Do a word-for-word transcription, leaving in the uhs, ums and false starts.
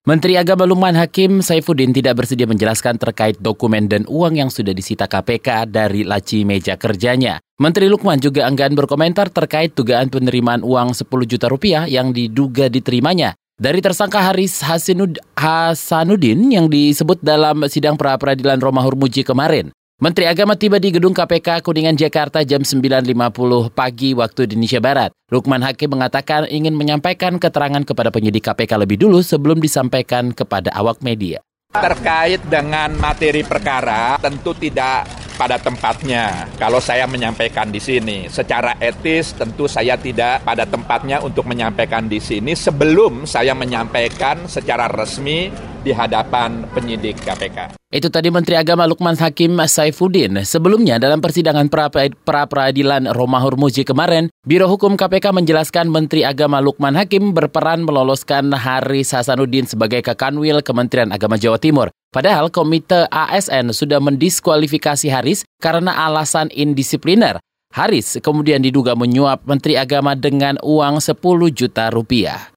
Menteri Agama Lukman Hakim Saifuddin tidak bersedia menjelaskan terkait dokumen dan uang yang sudah disita K P K dari laci meja kerjanya. Menteri Lukman juga enggan berkomentar terkait dugaan penerimaan uang sepuluh juta rupiah yang diduga diterimanya dari tersangka Haris Hasinud, Hasanuddin yang disebut dalam sidang pra-peradilan Romahur Muji kemarin. Menteri Agama tiba di gedung K P K Kuningan, Jakarta jam sembilan lima puluh pagi waktu Indonesia Barat. Lukman Hakim mengatakan ingin menyampaikan keterangan kepada penyidik K P K lebih dulu sebelum disampaikan kepada awak media. Terkait dengan materi perkara tentu tidak pada tempatnya kalau saya menyampaikan di sini. Secara etis tentu saya tidak pada tempatnya untuk menyampaikan di sini sebelum saya menyampaikan secara resmi di hadapan penyidik K P K. Itu tadi Menteri Agama Lukman Hakim Saifuddin. Sebelumnya dalam persidangan pra-peradilan Romahur Muji kemarin, Biro Hukum K P K menjelaskan Menteri Agama Lukman Hakim berperan meloloskan Haris Hasanuddin sebagai Kakanwil Kementerian Agama Jawa Timur. Padahal Komite A S N sudah mendiskualifikasi Haris karena alasan indisipliner. Haris kemudian diduga menyuap Menteri Agama dengan uang sepuluh juta rupiah.